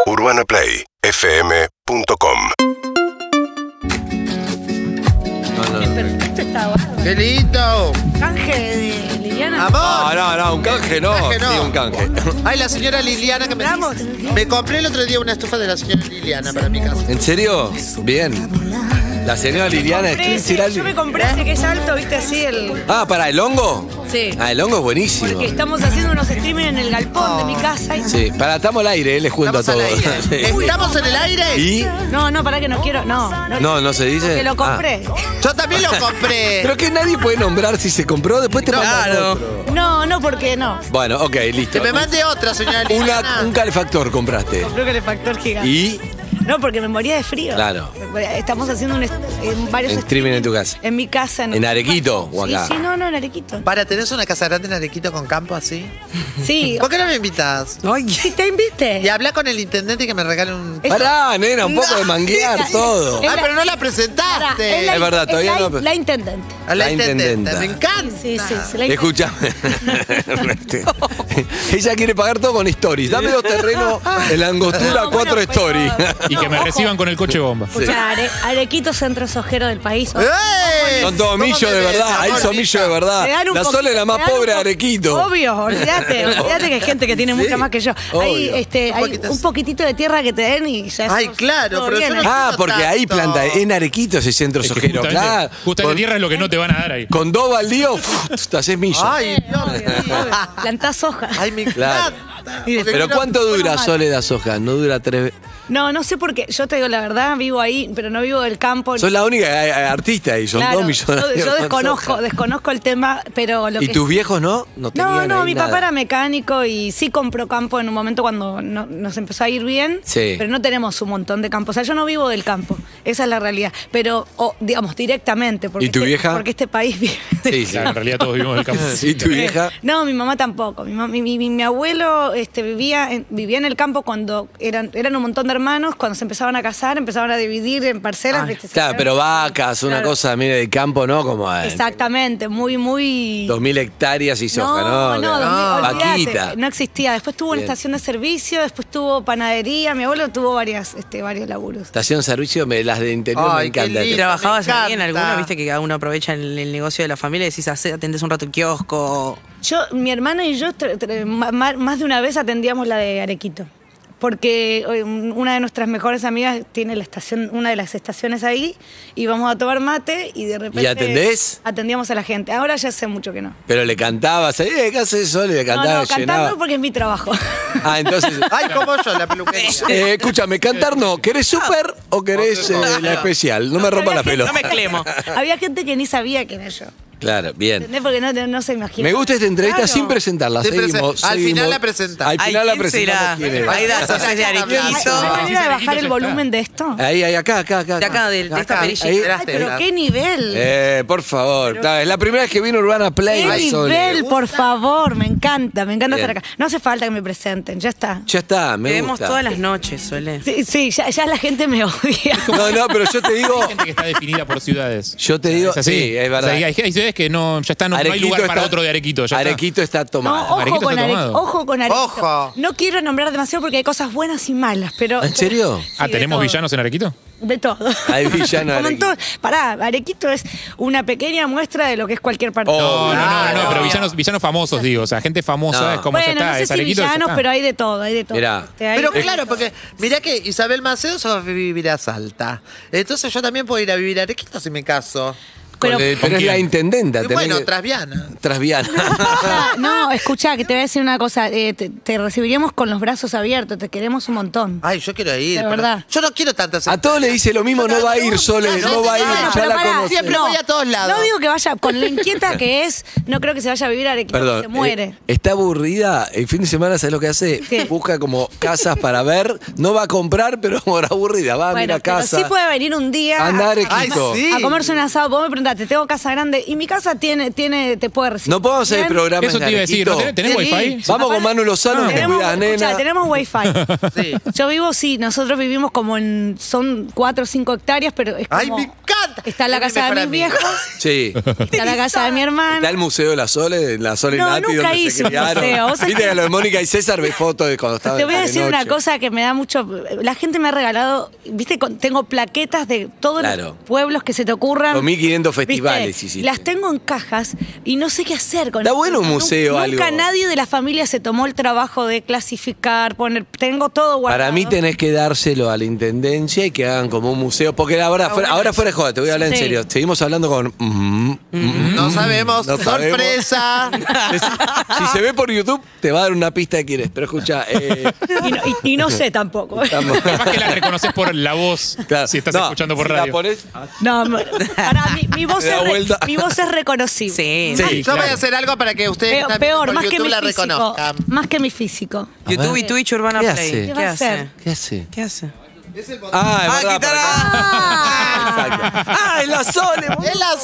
UrbanaPlayFM.com. Perfecto, está bueno. ¡Qué lindo! Canje de Liliana. ¡Amor! No, un canje no. Canje no. Sí, un canje. Ay, la señora Liliana que me compré el otro día una estufa de la señora Liliana para mi casa. ¿En serio? Bien. La señora Liliana Yo me compré ese que es alto, viste, así el... Ah, ¿para el hongo? Sí. Ah, el hongo es buenísimo. Porque estamos haciendo unos streaming en el galpón de mi casa. Y... Sí, estamos al aire, les cuento a Estamos al todos. aire. Sí. ¿Estamos en el aire? ¿Y? No, pará que no quiero. No se dice. Que lo compré. Yo también lo compré. Pero que nadie puede nombrar si se compró, después te mandan otro. No, porque no. Bueno, ok, listo. Que me mande otra, señora Liliana. Un calefactor compraste. Creo que el factor gigante. ¿Y? No, porque me moría de frío. Claro. Estamos haciendo varios Streaming en tu casa. En mi casa. ¿En Arequito o acá? Sí, no, en Arequito. Para, ¿tenés una casa grande en Arequito con campo así? Sí. ¿Por qué no me invitas? Sí, te invité. Y habla con el intendente que me regale un... Pará, nena, un poco de manguear todo. Ah, pero no la presentaste. Es verdad, todavía no. La intendente. A la La intendenta. intendenta. Me encanta. Sí. Escúchame. Ella quiere pagar todo con stories. Dame 2 terrenos en la angostura, 4 stories. Y que me reciban con el coche bomba. Escuchá, Arequito, centro sojero del país. ¡Ey! Son todos millos de verdad. Ahí son millos de verdad. Te dan un La poquito, Sole es la más te dan un pobre de po- Arequito. Obvio, olvídate que hay gente que tiene mucha más que yo. Hay, obvio. hay un poquitito de tierra que te den y ya Ay, sos claro, todo pero bien, yo ¿eh? no- Ah, porque ahí planta. En Arequito ese centro Es que sojero, claro. justamente tierra es lo que no te van a dar ahí. Con 2 baldíos, te haces millo. Ay, Dios mío. Plantás soja. Ay, me Claro. encanta. Pero ¿cuánto dura Sole la soja? ¿No dura 3 veces? No sé por qué. Yo te digo la verdad, vivo ahí, pero no vivo del campo. Sos la única artista ahí, son Claro, 2 millonarios. yo con soja. desconozco el tema, pero lo ¿Y que tus viejos no? No tenían ahí mi nada. papá era mecánico y sí compró campo en un momento cuando nos empezó a ir bien, Sí. pero no tenemos un montón de campo. O sea, yo no vivo del campo, esa es la realidad. Pero, digamos, directamente. Porque ¿Y tu vieja? Porque este país vive del Sí, sí. Claro, en realidad todos vivimos del campo. ¿Y tu vieja? No, mi mamá tampoco. Mi abuelo vivía en el campo cuando eran un montón de hermanos. Cuando se empezaban a casar, empezaban a dividir en parcelas. ¿viste? Claro, pero vacas, una Claro. cosa, mire, de campo, ¿no? Como Exactamente, muy... 2000 hectáreas y soja, ¿no? olvídate, Vaquita. no existía. Después tuvo una Bien. estación de servicio, después tuvo panadería. Mi abuelo tuvo varios laburos. Estación de servicio, las de interior Ay, me qué encantan. lindo. ¿Trabajabas Me ahí en encanta. alguno? Viste que cada uno aprovecha el negocio de la familia y decís, atendés un rato el kiosco. Mi hermana y yo más de una vez atendíamos la de Arequito. Porque una de nuestras mejores amigas tiene una de las estaciones ahí, y vamos a tomar mate y de repente... ¿Y atendés? Atendíamos a la gente. Ahora ya hace mucho que no. Pero le cantabas, ¿qué haces Sole? Le cantabas, No, llenaba. cantando porque es mi trabajo. Ah, entonces... Ay, como yo, la peluquería. Escúchame, cantar no. ¿Querés súper o querés la especial? No me rompa la pelota. No mezclemos. Había gente que ni sabía que era yo. Claro, bien. ¿Entendés? Porque no se imagina. Me gusta esta entrevista sin presentarla. Sin Seguimos. al seguimos. final la presentamos. Al final la presentamos. ¿Quién es? Ahí da, sos de ¿Hay Arequito. manera de bajar el volumen de esto? Ahí, acá. De acá, de esta perilla. ahí. Ay, pero qué nivel. Por favor. Claro, es la primera vez que vino Urbana Play. Qué Sole. nivel, por favor. Me encanta Bien. estar acá. No hace falta que me presenten, ya está. Ya está, Te me vemos gusta. todas las noches, Sole. Sí, ya la gente me odia. No, pero yo te digo... Hay gente que está definida por ciudades. Yo te digo... Es así. Sí, es verdad. O sea, hay ciudades que ya están, no hay Arequito lugar para está- otro de Arequito. Ya Arequito está No, tomado. ojo Arequito con está Arequito. tomado. Ojo con Arequito. Ojo. No quiero nombrar demasiado porque hay cosas buenas y malas, pero... ¿En serio? Ah, de ¿tenemos todo. villanos en Arequito? De todo. Hay villanos Como en Arequito. todo. Pará, Arequito es una pequeña muestra de lo que es cualquier parte. Oh, No, pero villanos famosos, digo. O sea, gente famosa, No. es como Bueno, ya está, no sé es si Arequito. ya villanos, está. pero hay de todo, hay de todo. Mirá. Hay- Pero claro, porque mirá que Isabel Macedo se va a vivir a Salta. Entonces yo también puedo ir a vivir a Arequito si me caso. Pero- Pero ¿Con es quién? la intendenta. Y tenés bueno, que- Trasviana. Trasviana. No, escuchá, que te voy a decir una cosa. Te recibiríamos con los brazos abiertos, te queremos un montón. Ay, yo quiero ir. De pero verdad. Yo no quiero tantas. A todos le dice lo mismo, no va a ir Sole, no va a ir, Bueno, ya pero la pará, conoce. Siempre voy a todos lados. No digo que vaya, con lo inquieta que es, no creo que se vaya a vivir a Arequito, Perdón, se muere. está aburrida, el fin de semana, ¿sabes lo que hace? ¿Qué? Busca como casas para ver, no va a comprar, pero por aburrida, va a Bueno, mirar pero casa. sí puede venir un día Anda a Arequito. Ay, sí. a comerse un asado. Vos me preguntaste, tengo casa grande y mi casa te puede recibir. No podemos hacer el Bien. programa Eso en te iba a decir, Arequito. ¿no tenés Sí. wifi? Vamos con Manu Lozano, que Tenemos, cuida a escuchá, nena. tenemos wifi. Sí. Yo vivo, sí, nosotros vivimos como son 4 o 5 hectáreas, pero es como... Ay, me encanta. Está la Es mi casa de mejor mis amigo. viejos, Sí. está la casa de mi hermana. Está el Museo de la Sole, en la Sole No, Nati, nunca donde hice se un criaron. museo. Vos sabés Viste que lo de Mónica y César ve fotos de cuando estaban Te voy a de decir una noche. cosa que me da mucho. La gente me ha regalado, viste, tengo plaquetas de todos Claro. los pueblos que se te ocurran. Los 1500 ¿Viste? festivales hiciste. Las tengo en cajas y no sé qué hacer con Está eso. bueno un museo, Nunca algo. nadie de la familia se tomó el trabajo de clasificar, poner. Tengo todo guardado. Para mí tenés que dárselo a la intendencia y que hagan como un museo. Porque ahora fuera de joda, te voy a hablar en Sí. serio. Seguimos hablando con. No sabemos. No sabemos. ¡Sorpresa! Si se ve por YouTube, te va a dar una pista de quién es. Pero escucha. Y no sé tampoco. Capaz que la reconoces por la voz, Claro, si estás no, escuchando por si radio. La pones, No, para mi voz Te da vuelta. mi voz es reconocible. Sí. Sí, Yo voy a claro. hacer algo para que ustedes que están viendo Peor, por más que YouTube mi la físico. reconozcan. Más que mi físico. YouTube y Twitch Urbana ¿Qué Play. hace? ¿Qué va a hacer? ¿Qué hace? ¿Qué hace? Ah, es verdad. ¿qué tal? para acá. Exacto. ¡Ah, es la Sole! ¡Es la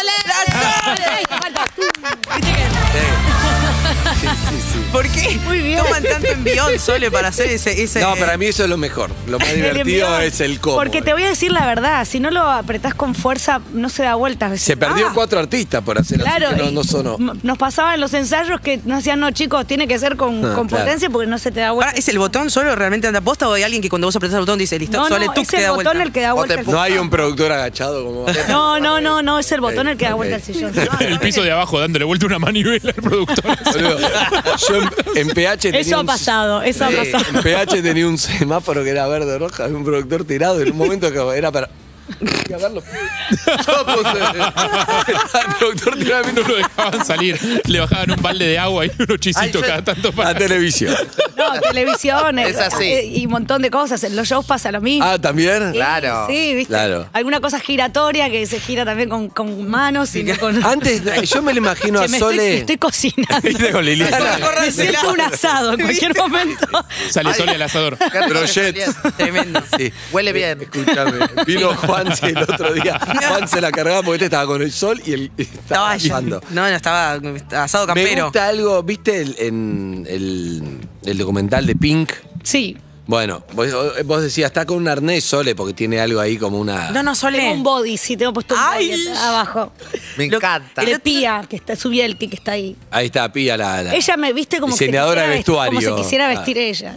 ¿Por qué Muy bien. toman tanto envión Sole para hacer ese... No, para mí eso es lo mejor. Lo más El divertido envión. es el cómo. Porque te voy a decir la verdad, si no lo apretás con fuerza, no se da vueltas. Se perdió 4 artistas por hacer Claro, así que y no sonó. nos pasaba en los ensayos que nos decían, no chicos, tiene que ser con claro. potencia porque no se te da vuelta. Pará, ¿es el botón solo realmente anda posta o hay alguien que cuando vos apretás el botón dice listo, No, Sole, no, tú es te el da botón vuelta? el que da O vuelta te el No hay un productor agachado como. No, es el botón el que da vuelta el sillón. El piso de abajo dándole vuelta una manivela al productor. Boludo, yo en PH tenía Eso ha pasado, eso ha pasado. En PH tenía un semáforo que era verde o roja, había un productor tirado en un momento que era para. Hay que verlo. Yo puse. El productor tirado No lo dejaban salir. Le bajaban un balde de agua y un chisito Ay, yo- cada tanto la para. televisión. No, televisión Es así. y un montón de cosas. En los shows pasa lo mismo. Ah, ¿también? Claro. Sí, ¿viste? Claro. Alguna cosa giratoria que se gira también con manos y no con... Antes, yo me lo imagino Che, a me Sole. estoy cocinando. ¿Viste con Liliana? Me siento un asado en cualquier momento. Sale Sole al asador. Qué rico que Brochet. está Tremendo. Sí. Huele bien. Escúchame, vino Juanse el otro día. Juan se la cargaba porque este estaba con el sol y él estaba asando. No, estaba asado Me campero. gusta algo, ¿viste en el documental de Pink? Sí. Bueno, vos decías, está con un arnés Sole porque tiene algo ahí como una. No, Sole. Tengo un body, sí, tengo puesto un Ay. body abajo. Me encanta. El Pía, que está, subí el que está ahí. Ahí está, Pía la. Ella me viste como Diseñadora de vestuario. Como se quisiera vestir ella.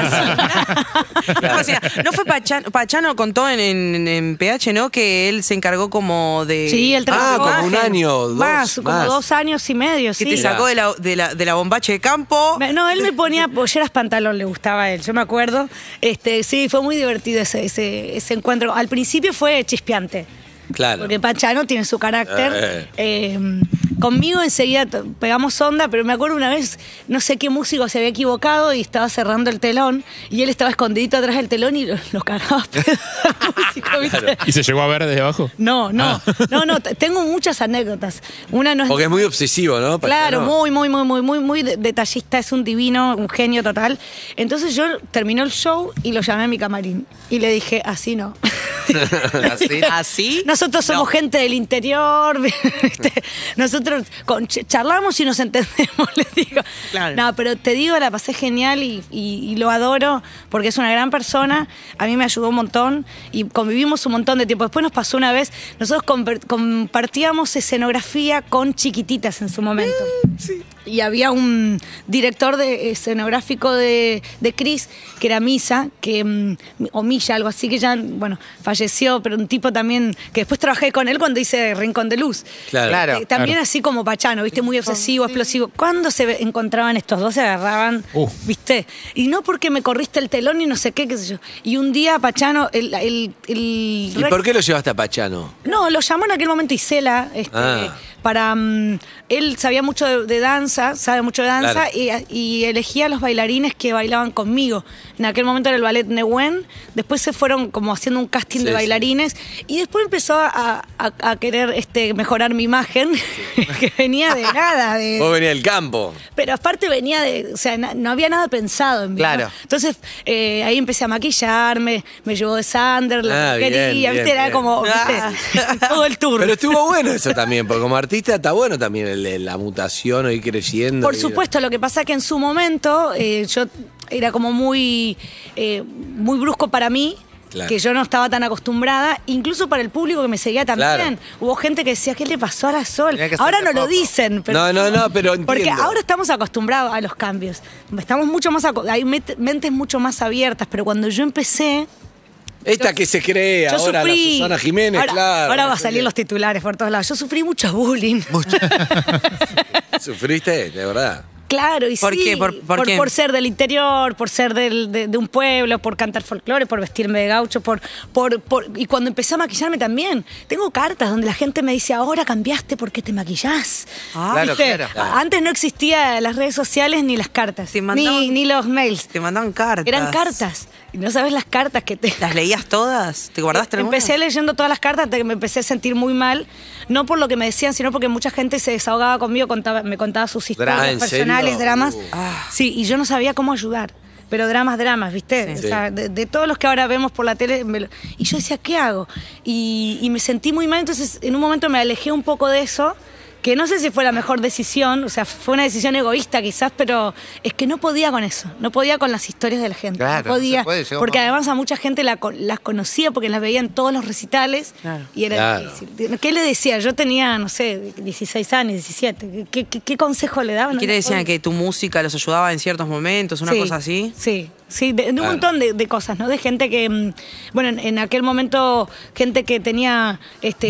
O sea, no fue Pachano contó en PH, ¿no? Que él se encargó como de... Sí, el trabajo. como un año, dos. Más, como más. 2 años y medio, Que sí. te sacó de la bombacha de campo. No, él me ponía polleras pantalón, le gustaba a él, yo me acuerdo. Sí, fue muy divertido ese encuentro. Al principio fue chispeante. Claro. Porque Pachano tiene su carácter. Conmigo enseguida pegamos onda, pero me acuerdo una vez, no sé qué músico se había equivocado y estaba cerrando el telón y él estaba escondidito atrás del telón y lo cagaba a pedo al músico, ¿viste? ¿Y se llegó a ver desde abajo? No, tengo muchas anécdotas. Una no es Porque es muy obsesivo, ¿no? Claro, Pachano? muy detallista, es un divino, un genio total. Entonces yo terminó el show y lo llamé a mi camarín y le dije, así no. Así. ¿Así? Nosotros somos gente del interior, ¿viste? Nosotros charlamos y nos entendemos, le digo. Claro. No, pero te digo, la pasé genial y lo adoro porque es una gran persona. A mí me ayudó un montón y convivimos un montón de tiempo. Después nos pasó una vez, nosotros compartíamos escenografía con Chiquititas en su momento. Sí. Y había un director escenográfico de Cris, que era Misa, o Milla, algo así, que ya, bueno, falleció, pero un tipo también, que después trabajé con él cuando hice Rincón de Luz. Claro. También así como Pachano, ¿viste? Muy obsesivo, explosivo. ¿Cuándo se encontraban estos dos? Se agarraban, ¿viste? Y no porque me corriste el telón y no sé qué sé yo. Y un día Pachano, ¿Y por qué lo llevaste a Pachano? No, lo llamó en aquel momento Isela, para... él sabía mucho de danza, sabe mucho de danza, Claro. y elegía a los bailarines que bailaban conmigo. En aquel momento era el ballet Nehuen, después se fueron como haciendo un casting de bailarines, y después empezó a querer mejorar mi imagen, que venía de nada. Vos venía del campo. Pero aparte venía o sea, no había nada pensado en mí. Claro. ¿no? Entonces, ahí empecé a maquillarme, me llevó de Sander, la bien, peluquería, bien, ¿viste? Era bien. como, ¿viste? Todo el tour. Pero estuvo bueno eso también, porque como artista está bueno también la mutación o ir creciendo. Por supuesto, lo que pasa que en su momento yo era como muy brusco para mí Claro. que yo no estaba tan acostumbrada, incluso para el público que me seguía también. Claro. Hubo gente que decía, ¿qué le pasó a la Sol? Tenía que Ahora hacerte no lo poco. dicen. Pero No, pero porque entiendo. ahora estamos acostumbrados a los cambios. Estamos mucho más, hay mentes mucho más abiertas, pero cuando yo empecé... Esta que se cree Yo ahora, sufrí. la Susana Jiménez, ahora, claro. ahora va a no sé salir qué. los titulares por todos lados. Yo sufrí mucho bullying. ¿Sufriste? De verdad. Claro, y ¿Por sí. qué? ¿Por qué? Por ser del interior, por ser de un pueblo, por cantar folclore, por vestirme de gaucho, y cuando empecé a maquillarme también. Tengo cartas donde la gente me dice, ahora cambiaste porque te maquillás. Claro, ¿Viste? claro. Antes no existían las redes sociales ni las cartas, Te mandaban- ni los mails. Te mandaban cartas. Eran cartas. Y no sabes las cartas que te... ¿Las leías todas? ¿Te guardaste alguna? Empecé leyendo todas las cartas hasta que me empecé a sentir muy mal, no por lo que me decían, sino porque mucha gente se desahogaba conmigo, me contaba sus historias Drama, ¿en personales, serio? dramas. Sí, y yo no sabía cómo ayudar. Pero dramas, ¿viste? Sí. O sea, de todos los que ahora vemos por la tele. Y yo decía, ¿qué hago? Y me sentí muy mal, entonces en un momento me alejé un poco de eso, que no sé si fue la mejor decisión, o sea, fue una decisión egoísta quizás, pero es que no podía con eso, no podía con las historias de la gente. Claro, no podía, no se puede, llega un porque momento. además a mucha gente las conocía porque las veía en todos los recitales Claro. y era Claro. difícil. ¿Qué le decía? Yo tenía, no sé, 16 años, 17. ¿Qué consejo le daban? ¿Qué le decían? ¿Que tu música los ayudaba en ciertos momentos? ¿Una cosa así? Sí, de un Claro. montón de cosas, ¿no? De gente que, bueno, en aquel momento, gente que tenía,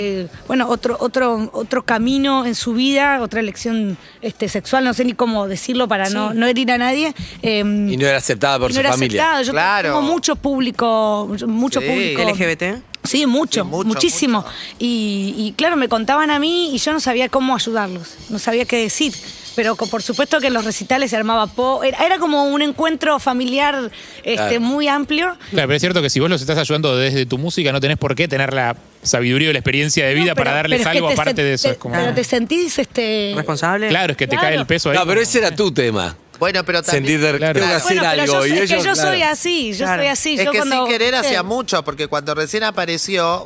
otro camino en su vida, otra elección sexual, no sé ni cómo decirlo para no herir a nadie. Y no era aceptada por y no su era familia. aceptado. Yo Claro. tengo mucho público, Sí. LGBT. Sí, mucho, Sí, mucho, muchísimo. mucho. Y claro, me contaban a mí y yo no sabía cómo ayudarlos, no sabía qué decir. Pero por supuesto que en los recitales se armaba era como un encuentro familiar Claro. muy amplio. Claro, pero es cierto que si vos los estás ayudando desde tu música, no tenés por qué tener la sabiduría o la experiencia de vida No, para pero darles es que algo te aparte sen- de eso. te- Es como... Pero te sentís ¿Responsable? Claro, es que te Claro. cae el peso ahí. No, pero ese era tu tema. Bueno, pero también... Sentir Claro. tengo que hacer Bueno, pero algo. yo, y es que ellos, yo claro. soy así, Claro. soy así. Es yo que cuando, sin querer ¿viste? hacía mucho, porque cuando recién apareció,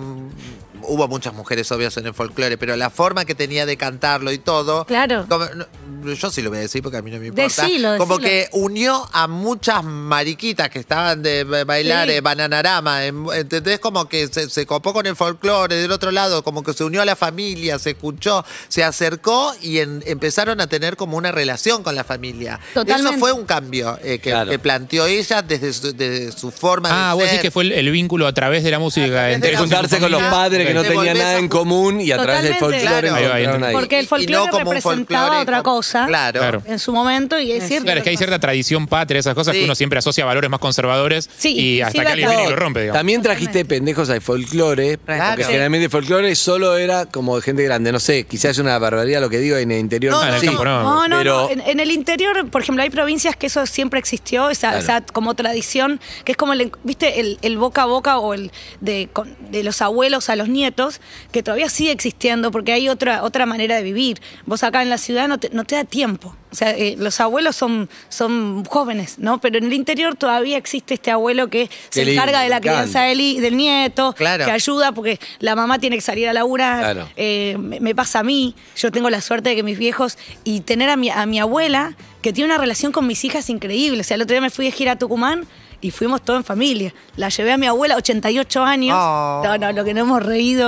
hubo muchas mujeres obvias en el folclore, pero la forma que tenía de cantarlo y todo... Claro. Yo sí lo voy a decir porque a mí no me importa. Decilo. Como que unió a muchas mariquitas que estaban de bailar Sí. Bananarama, ¿entendés? Como que se copó con el folclore del otro lado, como que se unió a la familia, se escuchó, se acercó y empezaron a tener como una relación con la familia. Totalmente. Eso fue un cambio Claro. que planteó ella desde su forma de ser. vos decís que fue el vínculo a través de la música. través entre de De la ellos y su juntarse con los familia. padres que no Te tenían volvés nada a en ju- común y a través del Totalmente. folclore Claro. encontraron ahí. Porque el Y folclore no como un representaba folclore otra como- cosa Claro. en su momento y es cierto. Claro, es que hay cierta tradición patria, esas cosas Sí. que uno siempre asocia a valores más conservadores Sí, y hasta inclusive que alguien acá. viene y lo rompe, digamos. También trajiste pendejos al folclore, Claro. porque generalmente el folclore solo era como de gente grande. No sé, quizás es una barbaridad lo que digo en el interior. No, en el sí. campo no. No, pero- en el interior, por ejemplo, hay provincias que eso siempre existió, esa como tradición, que es como ¿viste? El boca a boca o de los abuelos a los nietos, que todavía sigue existiendo porque hay otra manera de vivir. Vos acá en la ciudad no te da tiempo. O sea, los abuelos son jóvenes, ¿no? Pero en el interior todavía existe este abuelo que se lindo, encarga de la me encanta. crianza del nieto, Claro. que ayuda porque la mamá tiene que salir a laburar. Claro. Me pasa a mí, yo tengo la suerte de que mis viejos y tener a mi abuela que tiene una relación con mis hijas increíble. O sea, el otro día me fui de gira a Tucumán y fuimos todos en familia. La llevé a mi abuela, 88 años. Oh. No, lo que no hemos reído.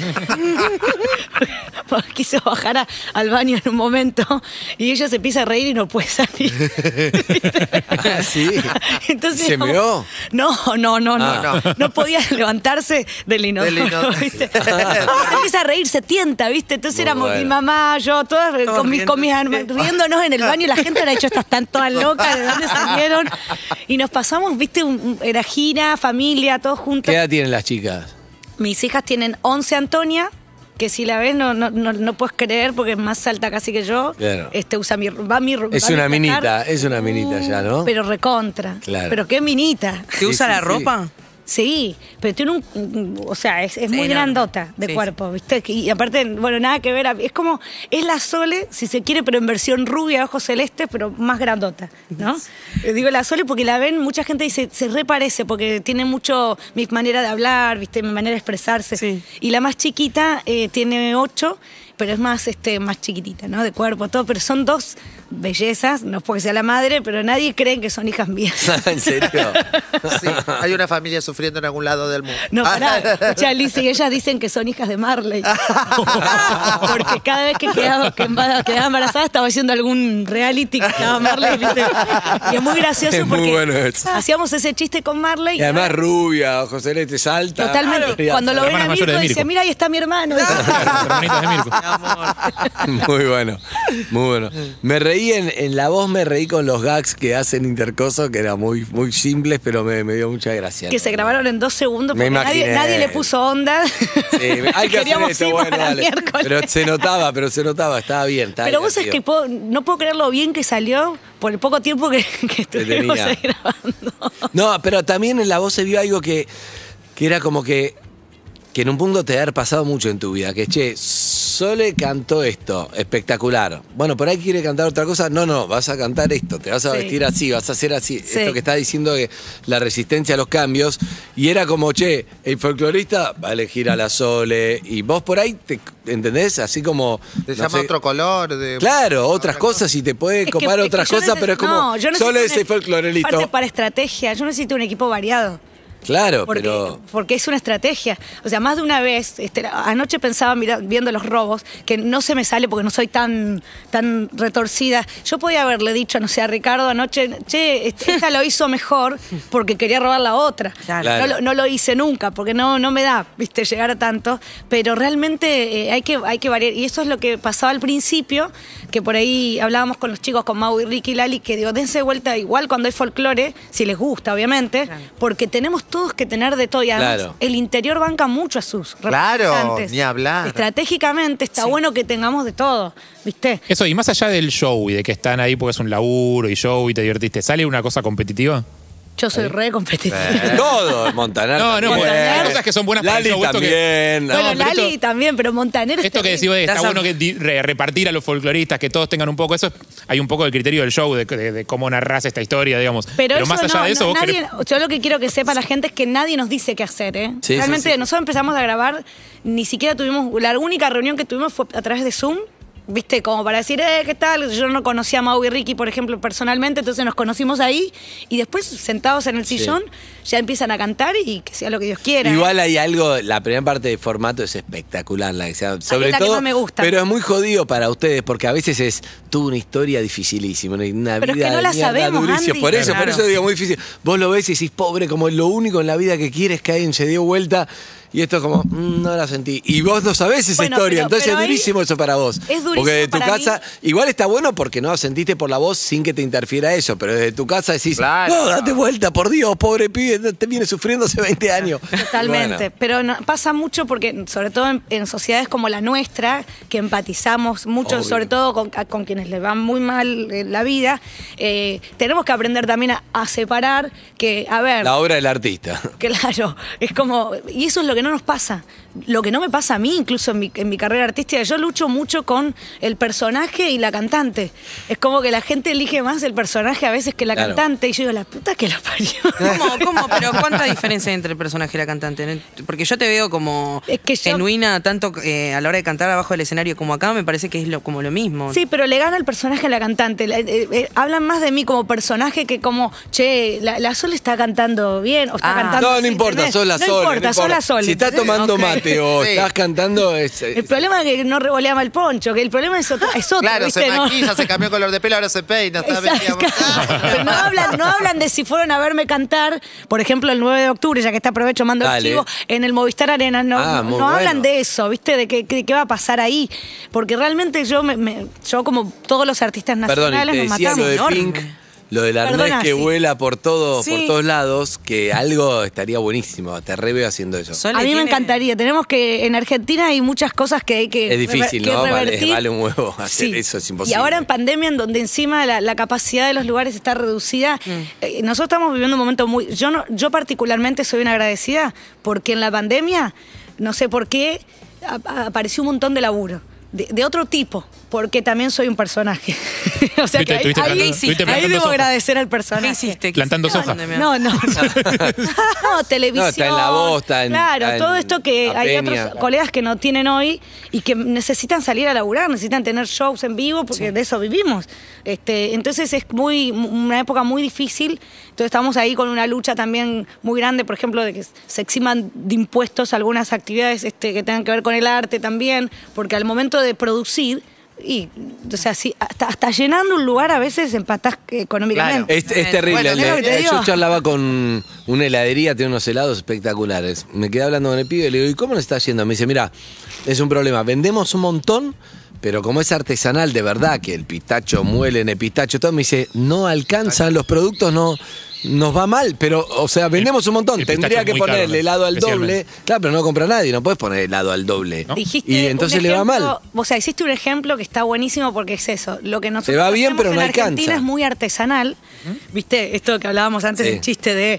Porque quiso bajar al baño en un momento y ella se empieza a reír y no puede salir. Sí. Entonces, ¿Se como- meó? No. no. No podía levantarse del inodoro. Del inodoro. ¿viste? Entonces se empieza a reír, se tienta, ¿viste? Entonces Muy éramos bueno. mi mamá, yo, todas Todos con mis riéndonos en el baño y la gente era dicho, estas están todas locas, ¿de dónde salieron? Y nos pasamos, ¿viste? Era gira, familia, todos juntos. ¿Qué edad tienen las chicas? Mis hijas tienen 11 Antonia, que si la ves no puedes creer porque es más alta casi que yo. Claro. Usa mi Es va una mi placar. minita, es una minita ya, ¿no? Pero recontra. Claro. Pero qué minita. ¿Te usa sí, la sí. ropa? Sí, pero tiene o sea, es muy enorme. grandota de Sí, cuerpo, ¿viste? Y aparte, bueno, nada que ver, es la Sole, si se quiere, pero en versión rubia, ojos celestes, pero más grandota, ¿no? Digo la Sole porque la ven, mucha gente dice, se reparece, porque tiene mucho mi manera de hablar, ¿viste? Mi manera de expresarse. Sí. Y la más chiquita tiene 8, pero es más, más chiquitita, ¿no? De cuerpo, todo, pero son dos bellezas, no es porque sea la madre, pero nadie cree que son hijas mías. ¿En serio? Sí, hay una familia sufriendo en algún lado del mundo. No, pará, escuchá, Alicia, y ellas dicen que son hijas de Marley. Porque cada vez que quedaba embarazada estaba haciendo algún reality que estaba Marley, ¿viste? Y es muy gracioso Es muy porque bueno eso. hacíamos ese chiste con Marley. Y además rubia, ojos celestes, alta. Totalmente. Claro. Cuando lo La ven a hermana mayor Mirko, de dice, Mirko. mira, ahí está mi hermano. Las hermanitas de Mirko. Muy bueno, muy bueno. Me reí en La Voz, me reí con los gags que hacen Intercoso, que eran muy, muy simples, pero me dio mucha gracia. Que se grabaron en 2 segundos Me porque imaginé. nadie le puso onda. Sí, hay que hacer Queríamos esto, ir bueno, para dale. miércoles. Pero se notaba, estaba bien. Estaba Pero vos es divertido. que no puedo creer lo bien que salió por el poco tiempo que estuvimos tenía. ahí grabando. No, pero también en La Voz se vio algo que era como que en un punto te debe haber pasado mucho en tu vida, que che, Sole cantó esto, espectacular. Bueno, por ahí quiere cantar otra cosa, no, vas a cantar esto, te vas a Sí. vestir así, vas a hacer así. Sí. Esto que está diciendo que la resistencia a los cambios, y era como, che, el folclorista va a elegir a la Sole, y vos por ahí, ¿entendés? Así como... Te no llama sé, otro color. Claro, otras cosas y te puede Es que- copar es que otras yo cosas, pero es como, no, yo necesito Sole es el folclore, listo. Parte para estrategia, yo necesito un equipo variado. Claro, Porque es una estrategia. O sea, más de una vez, anoche pensaba viendo los robos, que no se me sale porque no soy tan retorcida. Yo podía haberle dicho, no sé, a Ricardo anoche, che, esta lo hizo mejor porque quería robar la otra. Claro. No lo hice nunca, porque no me da, viste, llegar a tanto. Pero realmente hay que variar. Y eso es lo que pasaba al principio, que por ahí hablábamos con los chicos, con Mau y Ricky y Lali, que digo, dense vuelta igual cuando hay folclore, si les gusta, obviamente, porque tenemos todos que tener de todo. Y además, Claro. el interior banca mucho a sus Claro, representantes. ni hablar. Estratégicamente está bueno que tengamos de todo, ¿viste? Eso, y más allá del show y de que están ahí porque es un laburo y show y te divertiste, ¿sale una cosa competitiva? Yo soy re competitiva. Todo, Montaner. No, también. hay cosas que son buenas para el Lali show, esto que- también. No, Bueno, pero Lali esto- también, pero Montaner es Esto que decís, terrible. está bueno que repartir a los folcloristas, que todos tengan un poco eso, hay un poco del criterio del show, de cómo narrás esta historia, digamos. Pero eso más allá no, de eso, vos nadie, yo lo que quiero que sepa la gente es que nadie nos dice qué hacer, ¿eh? Sí, Realmente sí, sí. nosotros empezamos a grabar, ni siquiera tuvimos, la única reunión que tuvimos fue a través de Zoom, ¿viste? Como para decir, ¿qué tal? Yo no conocía a Mau y Ricky, por ejemplo, personalmente, entonces nos conocimos ahí y después sentados en el sillón ya empiezan a cantar y que sea lo que Dios quiera. Igual hay algo, la primera parte de formato es espectacular, la que sea, sobre es la que todo, más me gusta. pero es muy jodido para ustedes porque a veces es toda una historia dificilísima, una Pero es vida que no de la mierda sabemos, durísima. Andy. Por Claro. eso digo muy difícil. Vos lo ves y decís, pobre, como lo único en la vida que quiere es que alguien se dio vuelta. Y esto es como, no la sentí. Y vos no sabés esa Bueno, historia, pero entonces es ahí durísimo eso para vos. es durísimo porque de tu para casa, igual está bueno porque no sentiste por la voz sin que te interfiera eso, pero desde tu casa decís, Claro. no, date vuelta, por Dios, pobre pibe, te viene sufriendo hace 20 años. Totalmente, Bueno. pero pasa mucho porque, sobre todo en sociedades como la nuestra, que empatizamos mucho, Obvio. sobre todo con quienes les va muy mal en la vida, tenemos que aprender también a separar que, a ver, La obra del artista. claro, es como, y eso es lo que no nos pasa. Lo que no me pasa a mí, incluso en mi carrera artística, yo lucho mucho con el personaje y la cantante. Es como que la gente elige más el personaje a veces que la Claro. cantante, y yo digo, la puta que lo parió. ¿Cómo? Pero ¿cuánta diferencia hay entre el personaje y la cantante? Porque yo te veo como Es que yo- genuina, tanto a la hora de cantar abajo del escenario como acá, me parece que es como lo mismo. Sí, pero le gana el personaje a la cantante. Hablan más de mí como personaje que como, che, la Sol está cantando bien o está Ah. cantando. No importa, ¿entendés? sos la No Sole, importa, sos la Sol. Si estás ¿entendés? tomando Ok. mate o Sí. estás cantando, El problema es que no revoleaba el poncho, que el problema es otro. Claro, ¿viste? se No- maquilla, se cambió color de pelo, ahora se peina. Está Exacto. vestida- Pero no hablan de si fueron a verme cantar, por ejemplo, el 9 de octubre, ya que está aprovecho, mando el Dale. chivo, en el Movistar Arena. No, Ah, no muy hablan bueno. de eso, ¿viste? De qué va a pasar ahí. Porque realmente yo, como todos los artistas perdón, y nacionales, te nos decía matamos. lo de enorme. Pink, lo del arnés Perdona, que sí. vuela por Sí. todos lados, que algo estaría buenísimo. Te reveo haciendo eso. Sole A mí me tiene- encantaría. Tenemos que, en Argentina hay muchas cosas que hay que Es difícil, que ¿no? revertir. Vale un huevo hacer eso, es imposible. Y ahora en pandemia, en donde encima la capacidad de los lugares está reducida, nosotros estamos viviendo un momento muy... Yo particularmente soy una agradecida porque en la pandemia, no sé por qué, apareció un montón de laburo. De otro tipo, porque también soy un personaje. O sea que Estuviste plantando debo soja. agradecer al personaje. ¿Qué hiciste? Plantando soja. No, televisión. No, está en La Voz, está en- Claro, está en todo esto que La hay Peña. otros colegas que no tienen hoy y que necesitan salir a laburar, necesitan tener shows en vivo porque de eso vivimos. Entonces es una época muy difícil. Entonces estamos ahí con una lucha también muy grande, por ejemplo, de que se eximan de impuestos algunas actividades que tengan que ver con el arte también, porque al momento de producir, o sea, sí, hasta llenando un lugar a veces empatás económicamente. Es terrible. Bueno, ¿qué es lo que te digo? Yo charlaba con una heladería, tiene unos helados espectaculares. Me quedé hablando con el pibe y le digo, ¿y cómo nos está yendo? Me dice, mira, es un problema. Vendemos un montón, pero como es artesanal de verdad, que el pistacho muelen, el pistacho, todo, me dice, no alcanzan, los productos no... Nos va mal, pero, o sea, vendemos un montón. el pistacho Tendría es que muy poner caro, el helado al especialmente. doble. Claro, pero no compra nadie, no puedes poner helado al doble. ¿No? Dijiste Y entonces un le va ejemplo, mal. O sea, hiciste un ejemplo que está buenísimo porque es eso. Lo que nosotros Se va bien, hacemos pero no en Argentina alcanza. es muy artesanal. ¿Viste? Esto que hablábamos antes Sí. del chiste de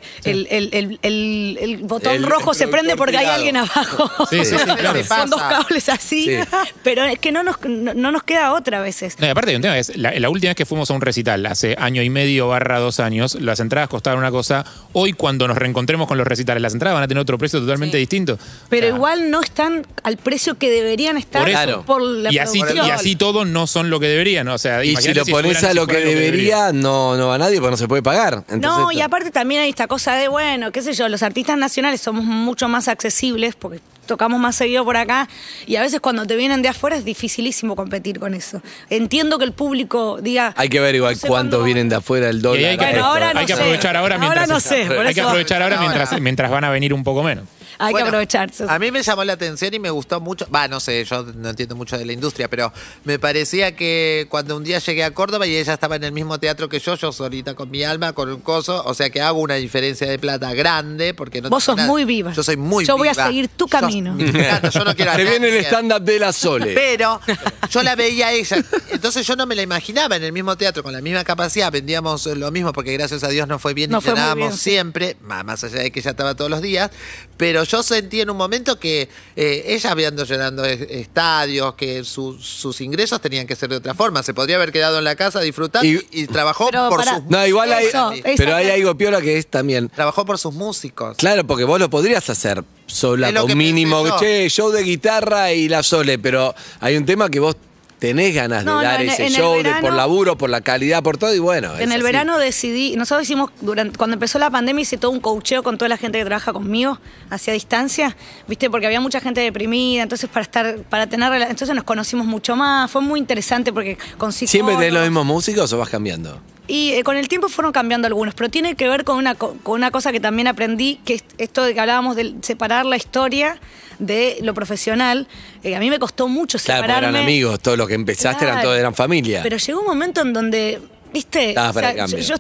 el botón El rojo se prende productor porque hay tirado. alguien abajo. Sí, sí, sí, claro. Son dos cables así. Sí. Pero es que no nos queda otra a veces. No, y aparte hay un tema, es la última vez que fuimos a un recital, hace 1.5 / 2 años, las entradas costaban una cosa. Hoy cuando nos reencontremos con los recitales, las entradas van a tener otro precio totalmente distinto. Pero O sea, igual no están al precio que deberían estar Por eso. Claro. por la y así producción. todos no son lo que deberían. O sea, Y si imagínate lo pones fueran- a lo si que fueran debería, no va nadie porque no se puede pagar. Entonces, No, y aparte también hay esta cosa de, bueno, qué sé yo, los artistas nacionales somos mucho más accesibles porque tocamos más seguido por acá y a veces cuando te vienen de afuera es dificilísimo competir con eso. Entiendo que el público diga... hay que ver igual no sé cuántos cuándo- vienen de afuera del Y dólar. ahí hay que, Bueno, ahora no hay que sé. aprovechar ahora Ahora mientras, no sé, por hay que eso- aprovechar ahora Ahora. mientras van a venir un poco menos. Hay Bueno, que aprovechar. A mí me llamó la atención y me gustó mucho. No sé, yo no entiendo mucho de la industria, pero me parecía que cuando un día llegué a Córdoba y ella estaba en el mismo teatro que yo solita con mi alma, con un coso, o sea que hago una diferencia de plata grande porque no Vos tengo sos nada. muy viva. Yo soy muy Yo voy a viva. seguir tu camino. Me encanta, yo no quiero a Se viene el nadie. stand-up de la Sole. Pero yo la veía a ella, entonces yo no me la imaginaba en el mismo teatro, con la misma capacidad, vendíamos lo mismo porque gracias a Dios nos fue bien No y fue muy llenábamos bien, sí. siempre, más allá de que ella estaba todos los días, pero yo sentí en un momento que ella había llenando estadios, que sus ingresos tenían que ser de otra forma, se podría haber quedado en la casa disfrutando y trabajó Pero por pará. sus No, igual hay, Eso, pero hay algo piola que es también. trabajó por sus músicos. Claro, porque vos lo podrías hacer sola, Es lo que con mínimo, pensé yo. show de guitarra y la Sole, pero hay un tema que vos tenés ganas No, de no, dar en ese el show, verano- por laburo, por la calidad, por todo, y bueno. En es el así. verano decidí, nosotros hicimos, cuando empezó la pandemia, hice todo un coacheo con toda la gente que trabaja conmigo, hacia distancia, ¿viste? Porque había mucha gente deprimida, entonces entonces nos conocimos mucho más, fue muy interesante porque con ¿Siempre tenés los psicólogos- mismos músicos o vas cambiando? Y con el tiempo fueron cambiando algunos, pero tiene que ver con una cosa que también aprendí, que es esto de que hablábamos de separar la historia de lo profesional. A mí me costó mucho Claro, porque separarme. eran amigos, todos los que empezaste Claro. eran familia. Pero llegó un momento en donde, viste, Estabas para el cambio. yo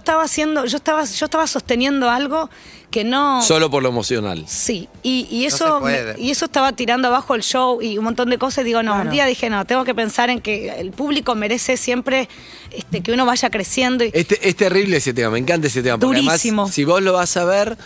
estaba sosteniendo algo que no. Solo por lo emocional. Sí, y se eso puede. y eso estaba tirando abajo el show y un montón de cosas. Y digo, no, Claro. un día dije, no, tengo que pensar en que el público merece siempre que uno vaya creciendo. Y, Es terrible ese tema, me encanta ese tema. Porque Durísimo. además, si vos lo vas a ver,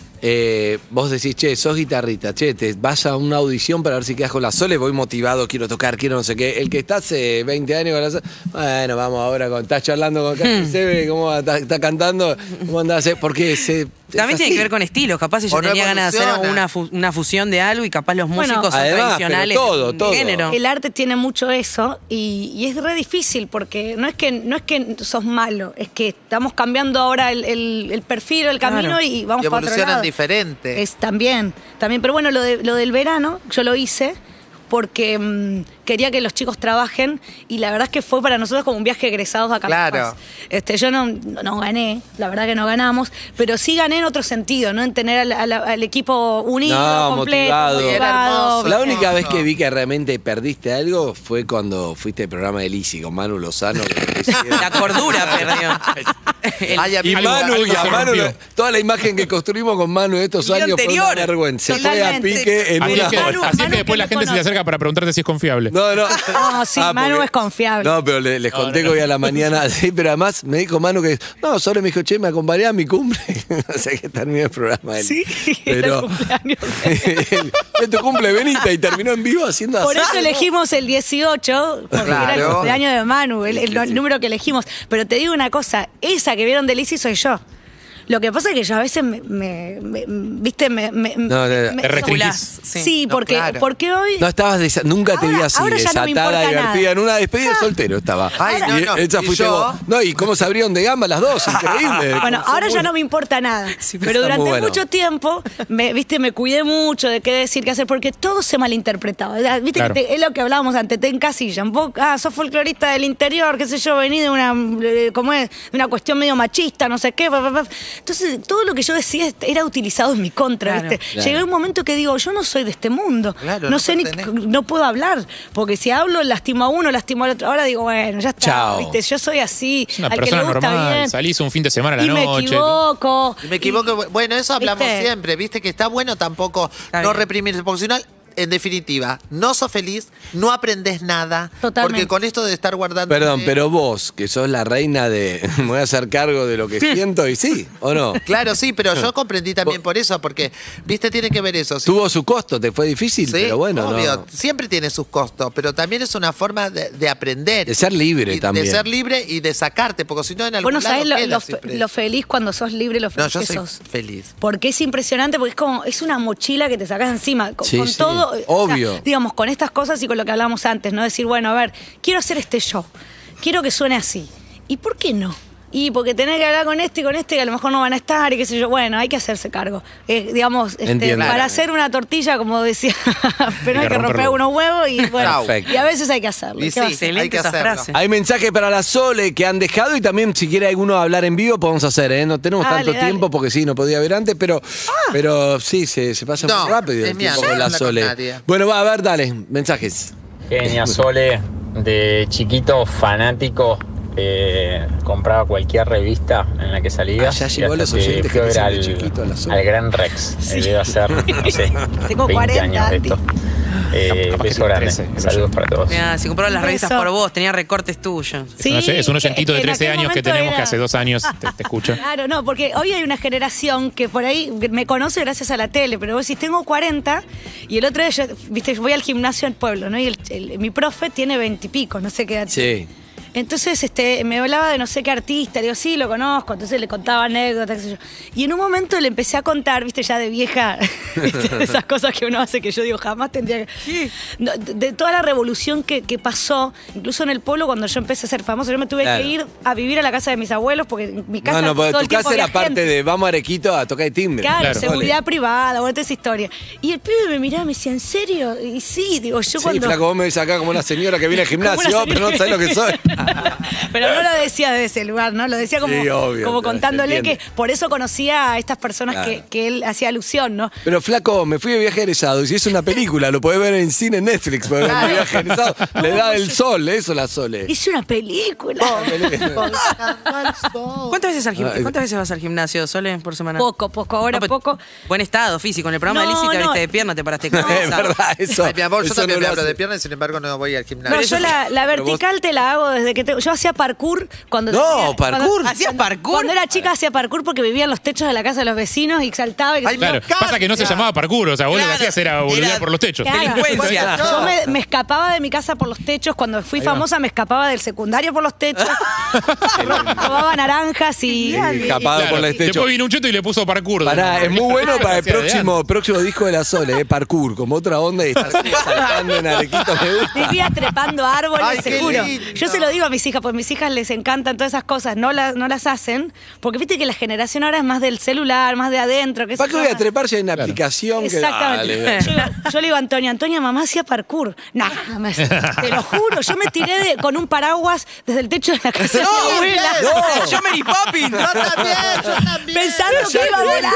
vos decís, che, sos guitarrista, che, te vas a una audición para ver si quedas con la Sole, voy motivado, quiero tocar, quiero no sé qué. El que está hace 20 años con la Sole, bueno, vamos ahora, estás charlando con Casi Sebe, cómo va, está cantando, cómo andás, porque También tiene que ver con estilos. Capaz ella O no tenía ganas de hacer evoluciona. una fusión de algo y capaz los Bueno, músicos son además, tradicionales pero todo, de todo. género. el arte tiene mucho eso y es re difícil porque no es que sos malo, es que estamos cambiando ahora el perfil, el camino Claro. y vamos Y para otro evolucionan lado. diferente. También. Pero bueno, lo del verano yo lo hice porque quería que los chicos trabajen y la verdad es que fue para nosotros como un viaje egresados a Carlos Claro. Paz. Yo no gané, la verdad que no ganamos, pero sí gané en otro sentido, ¿no? En tener al equipo unido, No, completo, motivado. Era hermoso. La única Hermoso. vez que vi que realmente perdiste algo fue cuando fuiste al programa de Lizzy con Manu Lozano. La cordura perdió. Ay, a mí Y me Manu, algo y a se Manu, rompió. toda la imagen que construimos con Manu de estos El día años fue una anterior. vergüenza. Se fue a Totalmente. pique en Así una es que, Manu- así Manu que después la que gente no se le acerca pareja para preguntarte si es confiable. No. No, sí, Manu porque- es confiable. No, pero les conté que hoy a la mañana, sí, pero además me dijo Manu que, no, solo me dijo, che, me acompañé a mi cumple. O sea que terminé el programa él. Sí, era el cumpleaños. Es tu cumple, venite, y terminó en vivo haciendo Por eso asado. elegimos el 18, porque era el Claro. cumpleaños de Manu, el número que elegimos. Pero te digo una cosa, esa que vieron de Lizzy soy yo. Lo que pasa es que yo a veces viste, No, Te restringís. Sí, No, porque, claro. porque hoy... No estabas, nunca te vi Ahora- así, ahora ya no me desatada, importa divertida, nada. en una despedida de soltero estaba. Ay, Y no. esa ¿Y fuiste yo? vos. No, y cómo se abrieron de gamba las dos, increíble. Bueno, ahora ya no me importa nada. Sí, pero está durante muy bueno. mucho tiempo, me cuidé mucho de qué decir, qué hacer, porque todo se malinterpretaba. Viste Claro. que es lo que hablábamos antes, te encasillan. Vos, sos folclorista del interior, qué sé yo, vení de una, ¿cómo es? De una cuestión medio machista, no sé qué. Entonces, todo lo que yo decía era utilizado en mi contra, Claro. ¿viste? Claro. Llegó un momento que digo, yo no soy de este mundo. Claro, no no sé pertenezco. no puedo hablar, porque si hablo, lastimo a uno, lastimo al otro. Ahora digo, bueno, ya está, Chao. ¿viste? Yo soy así. Es una al que persona le gusta normal. bien. Salís un fin de semana a la Y me noche. equivoco. Me equivoco. Bueno, eso hablamos ¿Viste? siempre, ¿viste? Que está bueno tampoco Está no bien. reprimirse. Porque si no, en definitiva, no sos feliz, no aprendes nada. Totalmente. Porque con esto de estar guardando. Perdón, pero vos, que sos la reina de me voy a hacer cargo de lo que siento, y sí, ¿o no? Claro, sí, pero yo comprendí también por eso, porque, ¿viste? Tiene que ver eso. ¿sí? Tuvo su costo, te fue difícil, Sí, pero bueno, obvio, no. siempre tiene sus costos, pero también es una forma de aprender. De ser libre Y también. De ser libre y de sacarte, porque si no en algún Vos no lado sabés lo, queda lo siempre. lo feliz cuando sos libre, lo No, feliz yo que soy sos. feliz. Porque es impresionante, porque es una mochila que te sacas encima. Con, Sí, con sí, todo. o sea, obvio. digamos, con estas cosas y con lo que hablábamos antes, ¿no? Decir, bueno, a ver, quiero hacer este show. Quiero que suene así. ¿Y por qué no? Y porque tenés que hablar con este y con este que a lo mejor no van a estar y qué sé yo. Bueno, hay que hacerse cargo. Digamos, Entiendo. para Claro. hacer una tortilla, como decía, pero hay que romper romperlo. unos huevos y bueno. Perfecto. Y a veces hay que hacerlo. Y ¿Qué va a sí, hacer? hay que esa hacerlo. frase. Hay mensajes para la Sole que han dejado y también si quiere alguno hablar en vivo podemos hacer, ¿eh? No tenemos Dale, tanto dale. tiempo porque sí, no podía haber antes, pero sí, se pasa No, muy rápido es el mía, tiempo no con la habla con Sole. nadie. Bueno, va a ver, dale, mensajes. Genia Sole, de chiquito fanático, compraba cualquier revista en la que salía. Ah, ya llegó y los hasta oyentes que fui a ver dicen de al, chiquito a la Sole. al Gran Rex. Debe hacer, no sé, Tengo 20 40, años de Andy. esto. Capaz que Beso tiene grande. 13, creo Saludos yo. para todos. Mirá, se compraron las Un revistas beso. por vos, tenía recortes tuyos. Sí, Es un oyentito de en 13 aquel años que momento tenemos que era- hace 2 años te escucha. Claro, no, porque hoy hay una generación que por ahí me conoce gracias a la tele, pero vos decís, tengo 40 y el otro día, viste, yo voy al gimnasio al pueblo, ¿no? Y mi profe tiene 20 y pico, no sé qué edad. Sí. Entonces me hablaba de no sé qué artista, digo, sí, lo conozco, entonces le contaba anécdotas, qué sé yo. Y en un momento le empecé a contar, viste, ya de vieja, ¿viste? Esas cosas que uno hace que yo digo, jamás tendría que... No, de toda la revolución que pasó, incluso en el pueblo cuando yo empecé a ser famoso, yo me tuve Claro. que ir a vivir a la casa de mis abuelos, porque en mi casa No, porque todo tu el tiempo casa era había parte gente. de vamos a Arequito a tocar el timbre. Claro, Claro. seguridad privada, bueno, toda esa historia. Y el pibe me miraba y me decía, ¿en serio? Y sí, digo, yo Sí, cuando... flaco, vos me ves acá como una señora que viene al Como una gimnasio, señora pero no sabés lo que soy. Pero no lo decía desde ese lugar, ¿no? Lo decía como, Sí, obvio, como se contándole que entiende. por eso conocía a estas personas Claro. que él hacía alusión, ¿no? Pero flaco, me fui de viaje egresado y si es una película, lo podés ver en cine en Netflix, porque en mi viaje egresado le da el sol, eso la Sole. Hice una película. ¿Cuántas veces vas al gimnasio, Sole, por semana? Poco, ahora No, pero poco. Buen estado físico. En el programa de No, Lizzy te no. abriste de pierna, te paraste con Es verdad, eso. Ay, mi amor, yo eso también no me lo hablo hace. de piernas, sin embargo no voy al gimnasio. No, yo la pero vertical te la hago desde que yo hacía parkour cuando No, tenía- parkour. cuando- ¿Hacías parkour? Cuando era chica hacía parkour porque vivía en los techos de la casa de los vecinos y saltaba y Ay, Claro, encanta. pasa que no se llamaba parkour, o sea, vos lo que Claro, hacías era boludear era- por los techos. Claro. Delincuencia. Yo me escapaba de mi casa por los techos. Cuando fui famosa me escapaba del secundario por los techos. Robaba naranjas y... Escapado Claro, por el techo. después vino un cheto y le puso parkour. Pará, es muy bueno para el Hacía de próximo disco de la Sole, parkour, como otra onda y estar saltando en Arequito me gusta. Vivía trepando árboles, Ay, qué seguro. lindo. Yo se lo digo a mis hijas, porque a mis hijas les encantan todas esas cosas. No las hacen, porque viste que la generación ahora es más del celular, más de adentro. Que ¿Para qué voy a trepar? trepar si hay una aplicación que Exactamente. dale? Yo le digo a Antonia, mamá hacía parkour. Nah, te lo juro, yo me tiré con un paraguas desde el techo de la casa de mi abuela. No. Yo Mary Poppins. Yo también. Pensando que iba a volar.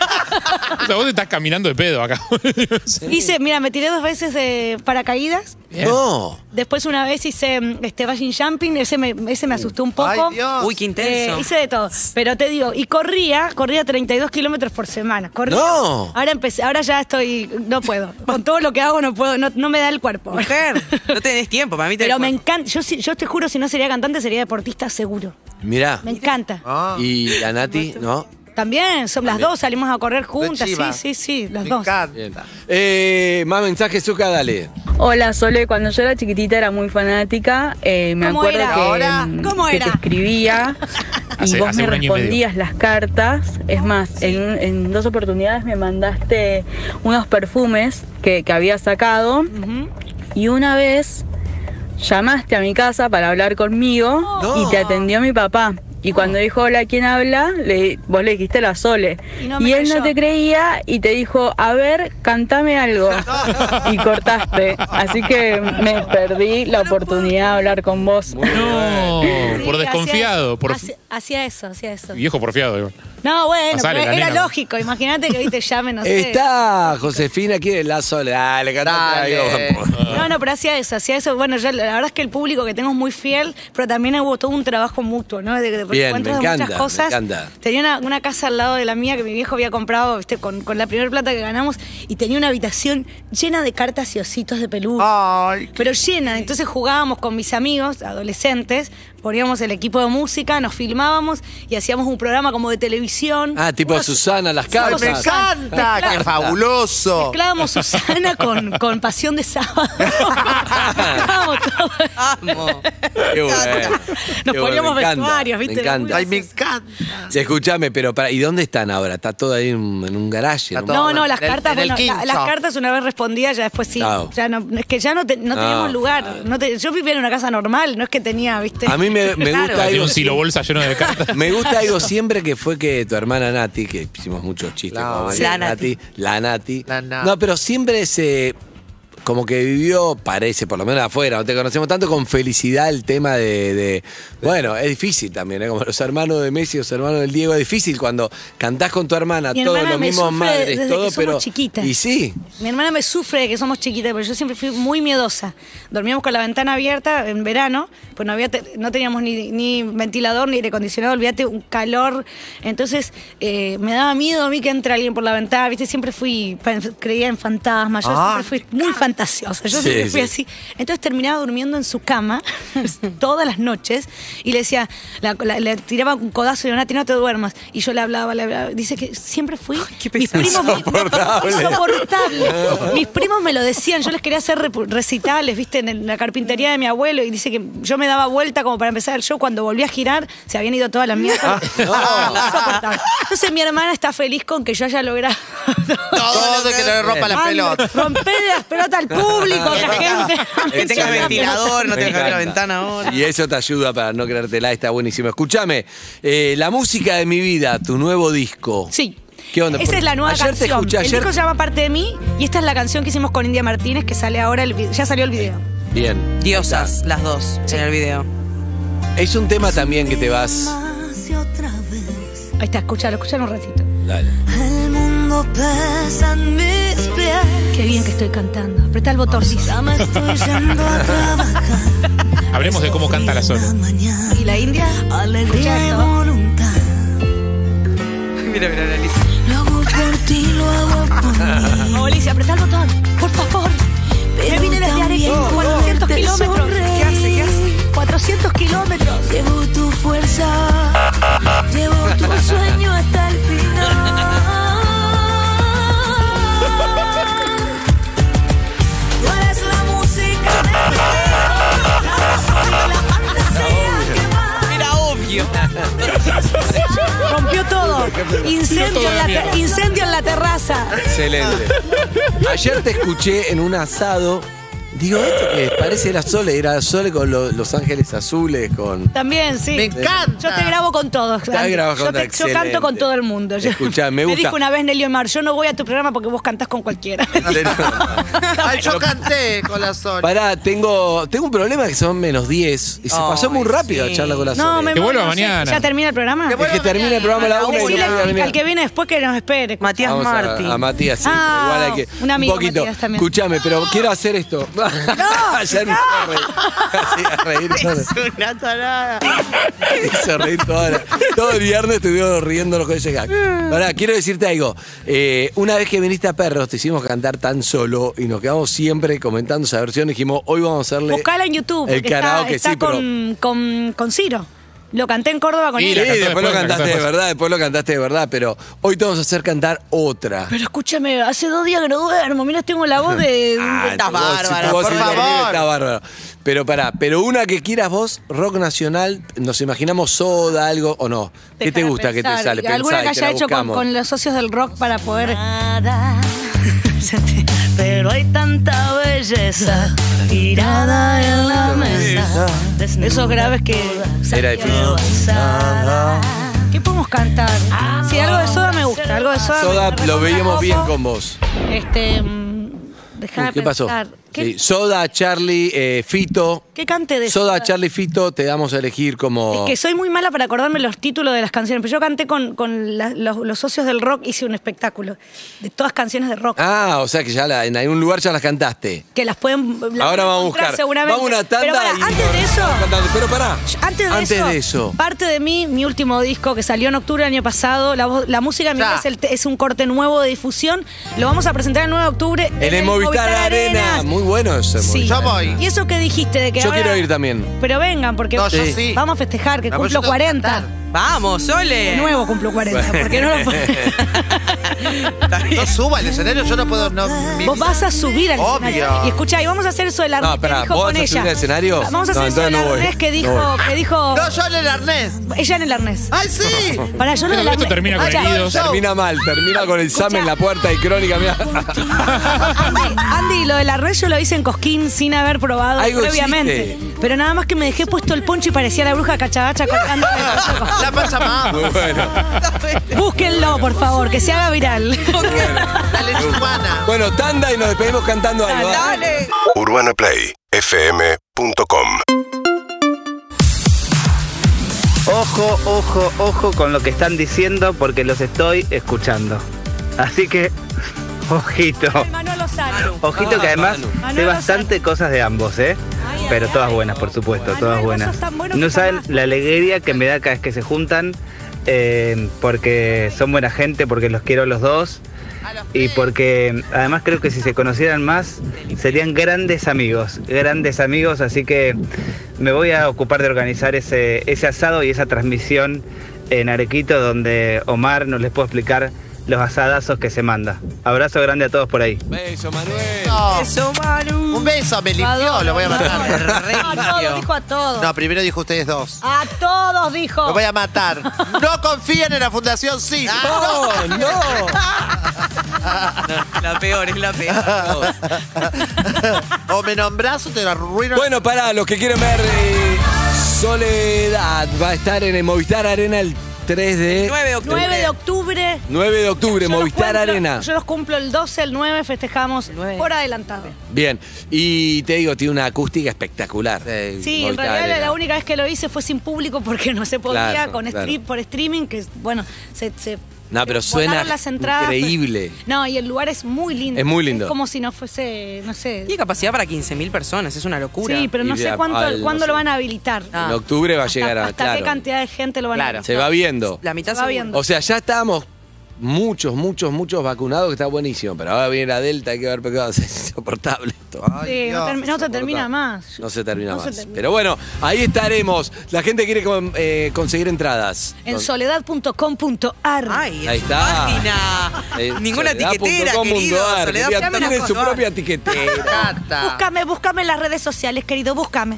O sea, vos te estás caminando de pedo acá. Hice, mira, me tiré 2 veces de paracaídas No. Después una vez hice bungee jumping, ese me asustó un poco. Ay, Dios. Uy, qué intenso. Hice de todo. Pero te digo, y corría 32 kilómetros por semana. Corría. No. Ahora ya no puedo. Con todo lo que hago no puedo, no me da el cuerpo. Mujer, no tenés tiempo, para mí Pero me encanta, yo te juro, si no sería cantante, sería deportista seguro. Mirá. Me encanta. Ah, ¿Y la Nati? ¿No? También, son las dos, salimos a correr juntas, chiva. sí, las me dos. encanta. Bien. Más mensajes, Zucca, dale. Hola, Sole. Cuando yo era chiquitita era muy fanática. Me ¿Cómo acuerdo era? que, ¿Ahora? ¿Cómo que era? te escribía y Hace- vos hace me un año y medio. respondías las cartas. Es más, en 2 oportunidades me mandaste unos perfumes que había sacado. Ujú. Y una vez llamaste a mi casa para hablar conmigo No. y te atendió mi papá. Y cuando dijo hola, ¿quién habla? Vos le dijiste la Sole. Y no me Y él creyó. no te creía y te dijo, a ver, cantame algo. Y cortaste. Así que me perdí la oportunidad de hablar con vos. No, Sí, por desconfiado, por hacía eso. viejo porfiado. digo. No, bueno, Pasale, pero la era nena. lógico. Imagínate que hoy te llamen, no sé. Está Josefina, quiere la Sole. Dale, cantate Dale. algo. No, pero hacía eso. Bueno, yo la verdad es que el público que tengo es muy fiel, pero también hubo todo un trabajo mutuo, ¿no? De Bien, encuentros me de encanta, muchas cosas. me encanta. Tenía una casa al lado de la mía que mi viejo había comprado, ¿viste? Con la primera plata que ganamos, y tenía una habitación llena de cartas y ositos de peluche. Ay, Pero llena, entonces jugábamos con mis amigos, adolescentes, poníamos el equipo de música, nos filmábamos y hacíamos un programa como de televisión. Ah, tipo Susana, las ay, cartas. me encanta, qué fabuloso. Mezclábamos Susana con Pasión de Sábado. Mezclábamos todo. Amo. Qué bueno. Nos Qué bueno, poníamos me encanta, vestuarios, ¿viste? Me encanta. Ay, me encanta. Sí, escúchame, pero ¿y dónde están ahora? ¿Está todo ahí en un garaje? Está ¿no? todo. No, las En el- cartas, en el bueno, quincho. las cartas una vez respondía, ya después sí. Claro. Ya no, es que ya no teníamos lugar. Yo vivía en una casa normal, no es que tenía, ¿viste? A mí me Claro. gusta Tiene algo. un silo bolsa lleno de cartas. Me gusta algo siempre que fue que tu hermana Nati, que hicimos muchos chistes La con Nati. la Nati. La Nati. No, pero siempre como que vivió, parece, por lo menos afuera, no te conocemos tanto, con felicidad el tema bueno, es difícil también, ¿eh? Como los hermanos de Messi, los hermanos del Diego, es difícil cuando cantás con tu hermana, Mi todos hermana los me mismos sufre madres, desde todo, que somos pero. chiquitas. Y sí. Mi hermana me sufre de que somos chiquitas, pero yo siempre fui muy miedosa. Dormíamos con la ventana abierta en verano, pues no teníamos ni ventilador ni aire acondicionado, olvídate, un calor. Entonces me daba miedo a mí que entre alguien por la ventana, ¿viste? Siempre creía en fantasmas, yo siempre fui muy fantasiosa, yo Sí, siempre fui sí. así. Entonces terminaba durmiendo en su cama todas las noches y le decía, le tiraba un codazo y le decía, Nati, no te duermas. Y yo le hablaba. Dice que siempre fui. qué Mis pesado. primos Insoportable. insoportable. Mis primos me lo decían, yo les quería hacer recitales, viste, en la carpintería de mi abuelo, y dice que yo me daba vuelta como para empezar el show, cuando volví a girar, se habían ido todas las mierdas. Insoportable. Entonces mi hermana está feliz con que yo haya logrado Todo de que no le rompa la pelota. romper las pelotas al público, que la gente Que tengas ventilador, no Me tengas que abrir la encanta. ventana ahora. Y eso te ayuda para no creértela, está buenísimo. Escúchame, la música de mi vida, tu nuevo disco. Sí. ¿Qué onda? Esa es la nueva Ayer te canción. escuché, El ayer- disco se llama Parte de mí y esta es la canción que hicimos con India Martínez, que sale ahora, ya salió el video. Bien. Diosas, las dos, en el video. Es un tema también que te vas. Ahí está, escúchalo un ratito. Dale. El mundo pesa en mis pies. Qué bien que estoy cantando. Apretá el botón, dice. Ya me estoy yendo a trabajar. Hablemos de cómo canta la Sole. Mañana. ¿Y la India? Alegría y Escucha voluntad. Mira, la Alicia. Lo hago por ti, lo hago por mí. Oh, Alicia, apretá el botón. Por favor. Me vine desde Arequipa, 400 kilómetros. ¿Qué hace? 400 kilómetros. Llevo tu fuerza, llevo tu sueño hasta el final. Tú eres la música de mi vida, la razón y la fantasía que va. Era obvio. Rompió todo. Incendio en la terraza. Excelente. Ayer te escuché en un asado. Digo, ¿esto qué es? Parece la Sole, era Sole con los ángeles azules, con. También, sí. Me encanta. Yo te grabo con todos. grabas con yo, todos, yo excelente. canto con todo el mundo. Escuchá, me gusta. dijo una vez Nelly Omar, yo no voy a tu programa porque vos cantás con cualquiera. Ay, yo canté con la Sole. Pará, tengo un problema que son -10 y se pasó muy rápido sí. charla con la Sole. No, me Que vuelva no sé, mañana. ¿Ya termina el programa? Que Es que termina el programa a la 1 y no Decile voy a venir. al que viene después que nos espere. Matías Vamos Martí. a Matías, sí. Ah, igual hay que. un amigo poquito. Matías también. Escuchame, pero quiero hacer esto. Ayer me hacía reír. Es una tarada. Me hizo reír todo el viernes estuvimos riéndonos con ese gag. Ahora, quiero decirte algo. Una vez que viniste a Perros, te hicimos cantar Tan Solo y nos quedamos siempre comentando esa versión. Dijimos, hoy vamos a hacerle Buscala en YouTube. el porque karaoke, está sí, pero... con Ciro. Lo canté en Córdoba con Y él. la Sí, cantó después lo después, cantaste de después. verdad, después lo cantaste de verdad, pero hoy te vamos a hacer cantar otra. Pero escúchame, hace 2 días que no duermo. Mira, tengo la voz de... Está tu voz, bárbara, tu voz por sí, favor. Está bárbara. Pero pará, pero una que quieras vos, rock nacional, nos imaginamos Soda, algo o no. ¿Qué te Déjame gusta que te pensar. sale? Alguna Pensá que y te la haya hecho buscamos. con los socios del rock para poder... Pero hay tanta belleza tirada en la mesa. Esos graves que... Era difícil. ¿Qué podemos cantar? Si algo de Soda me gusta, algo de Soda. Soda me lo veíamos bien poco. con vos. Dejá de ¿Qué pasó? pensar. ¿Qué, Sí, Soda, Charlie, Fito. qué cante de Soda, Charlie, Fito, te damos a elegir como... Es que soy muy mala para acordarme los títulos de las canciones, pero yo canté con los socios del rock, hice un espectáculo de todas canciones de rock. Ah, o sea que ya en algún lugar ya las cantaste. Que las pueden... las Ahora pueden vamos a encontrar buscar. seguramente. Vamos a una tanda Pero pará, y antes de eso... vamos cantando. Pero pará. Antes de eso, parte de mi último disco que salió en octubre del año pasado, la música en mi vida es un corte nuevo de difusión. Lo vamos a presentar el 9 de octubre En el Movistar Arena. Muy bueno ese Sí. Movistar. Yo voy. Y eso que dijiste de que Yo ahora- quiero ir también. Pero vengan, porque No, yo sí. vamos a festejar, que No, pero cumplo yo tengo que 40. cantar. Vamos, De Sole. nuevo cumplo 40, porque no lo puedo. No suba al escenario, yo no puedo. No, Vos vas a subir al Obvio. escenario. Y escuchá, y vamos a hacer eso del arnés No, que pará, dijo ¿vos con vas a ella. subir al escenario? Vamos a hacer No, eso del entonces no voy. arnés que dijo, No voy. que dijo. No, yo en el arnés. Ella en el arnés. ¡Ay, sí! Pará, yo no Pero del esto arnés. termina con Escuchá, heridos. Termina mal, termina con el SAM en la puerta y crónica. Mirá. Andy, lo del arnés yo lo hice en Cosquín sin haber probado Algo previamente. existe. Pero nada más que me dejé puesto el poncho y parecía la bruja cachagacha cortando. La pasa más. Muy bueno. Búsquenlo, por favor, que se haga viral. La lechuana. Bueno, tanda y nos despedimos cantando algo. ¿eh? Dale. UrbanaPlayFM.com. Ojo, ojo, ojo con lo que están diciendo porque los estoy escuchando. Así que, ojito. Manolo Sano. Ojito que además Manu. sé bastante cosas de ambos, ¿eh? Pero todas buenas, por supuesto, Manuel, todas vos buenas. sos tan bueno No que saben jamás. la alegría que me da cada vez que se juntan, porque son buena gente, porque los quiero a los dos. Y porque además creo que si se conocieran más serían grandes amigos, así que me voy a ocupar de organizar ese asado y esa transmisión en Arequito donde Omar nos les puedo explicar los asadazos que se manda. Abrazo grande a todos por ahí. Beso, Manuel. No. Eso, Manu. Un beso, me limpió, lo voy a matar. A todos, dijo a todos. No, primero dijo ustedes dos. A todos, dijo. Lo voy a matar. No confíen en la Fundación Sí. No, no. La peor, es la peor. O me nombrás o te la arruino. Bueno, para los que quieren ver Soledad, va a estar en el Movistar Arena el 3 de... 9 de octubre. 9 de octubre. 9 de octubre, Yo los Movistar cumplo- Arena. Yo los cumplo el 12, el 9, festejamos por adelantado. Bien, y te digo, tiene una acústica espectacular. Sí, en Movistar realidad Arena. la única vez que lo hice fue sin público porque no se podía Claro, con claro. por streaming, que bueno, No, pero se suena volaron las entradas, increíble. pues. No, y el lugar es muy lindo. Es muy lindo. Es como si no fuese, no sé. Tiene capacidad para 15.000 personas, es una locura. Sí, pero no Y sé de- cuándo no lo sé. van a habilitar. Ah. En octubre va a llegar a... Hasta claro. qué cantidad de gente lo van a habilitar. Se va viendo. La mitad Se va seguro. viendo. O sea, ya estábamos muchos vacunados, que está buenísimo. Pero ahora viene la Delta, hay que ver pecado. Es insoportable esto. Ay, Sí, no, Dios. no se termina más. No se termina No más. se termina. Pero bueno, ahí estaremos. La gente quiere conseguir entradas. En soledad.com.ar. Ay, Ahí es está. página. Ninguna etiquetera, querido. Soledad.com.ar. Soledad, Tiene dame una su cosa. propia etiquetera. Búscame en las redes sociales, querido, búscame.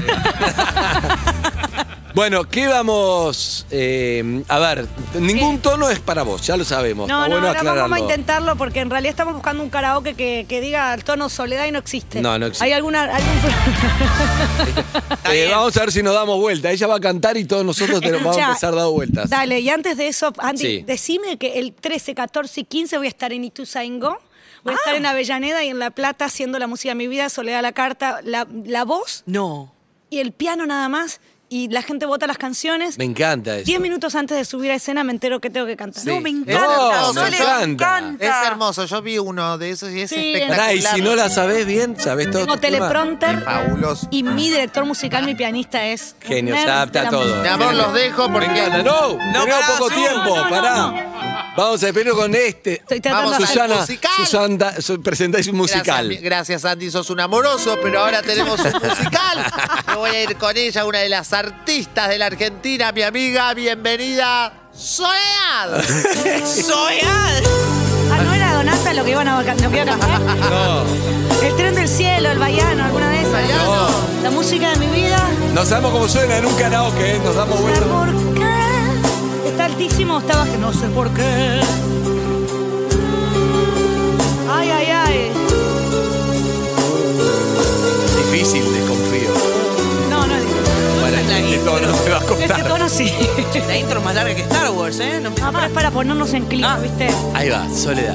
Bueno, ¿qué vamos a ver? Ningún tono es para vos, ya lo sabemos. No, Está no, bueno ahora aclararlo. vamos a intentarlo porque en realidad estamos buscando un karaoke que diga el tono soledad y no existe. No, no existe. ¿Hay algún Vamos a ver si nos damos vuelta. Ella va a cantar y todos nosotros te vamos a Escuchá, empezar dando vueltas. Dale, y antes de eso, Andy, Sí. decime que el 13, 14 y 15 voy a estar en Ituzaingó. Voy a estar en Avellaneda y en La Plata haciendo la música de mi vida, Soledad a la carta, la voz No. y el piano nada más. y la gente vota las canciones. Me encanta eso. 10 minutos antes de subir a escena me entero que tengo que cantar. Sí. No, me Es encanta. hermoso, me encanta. Es hermoso. Yo vi uno de esos y es Sí, espectacular. Pará, y si no la sabés bien, sabés todo. Tengo tu tema. teleprompter. Fabuloso. Y mi director musical, mi pianista es... Genio, se nerd adapta de a la todo. música. Mi amor, los dejo Me porque... encanta. No, tenemos pará, poco sí, tiempo, no, pará. Vamos a despedirnos con este. Estoy tratando Vamos de... al musical. Susana, presentáis un musical. Gracias, Andy, sos un amoroso, pero ahora tenemos un musical. Me voy a ir con ella, una de las artistas de la Argentina, mi amiga, bienvenida, Soledad. ¡Soledad! Ah, ¿no era Donata lo que iba a cantar? No, El tren del cielo, el baiano, alguna de esas. Baiano. La música de mi vida. no sabemos cómo suena en un karaoke, nos damos No sé vuelta. por qué. Está altísimo o está bajo. No sé por qué. Ay, ay, ay. Difícil, desconfío. No, no. Para este tono me va a Este costar. tono sí. La intro es más larga que Star Wars, ¿eh? No empieza No, pero es para ponernos en clima, ¿viste? Ahí va, Soledad.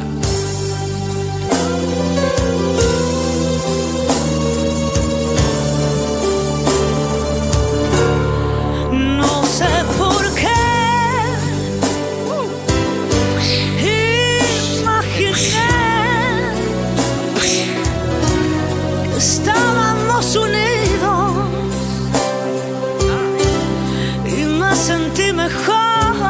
No sé por qué. Imaginé que estábamos unidos y me sentí mejor.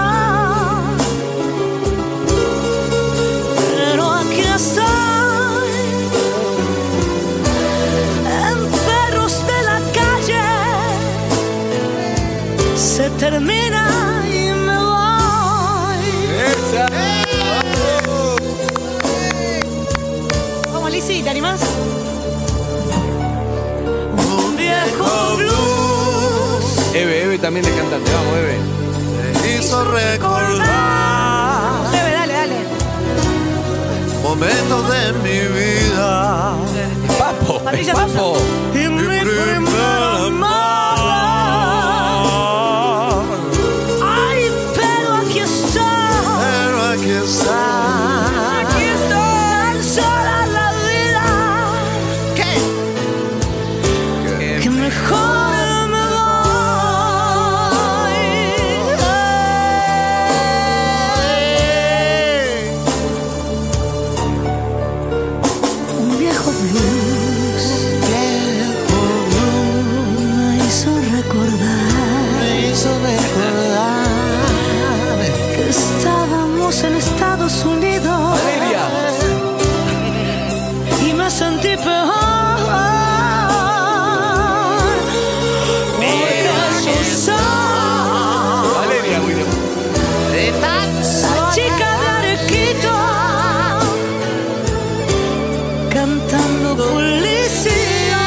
Pero aquí estoy, en perros de la calle. Se termina y me voy. Esa. Vamos, Lizzy, ¿te animás? Un viejo blues Eve también es cantante. Vamos, Eve. Hizo recordar Eve, dale, dale. momentos de mi vida. Papo, Patricia Papo. Sosa. Y mi primer amor. Ay, pero aquí estoy. Pero aquí está. Aquí estoy. Tan sola la vida. ¿Qué? Que mejor me voy. Un viejo blues me hizo recordar que estábamos en Estados Unidos Valeria. y me sentí peor. Porque yo soy Valeria, William. De tan la chica de Arequito cantando policía.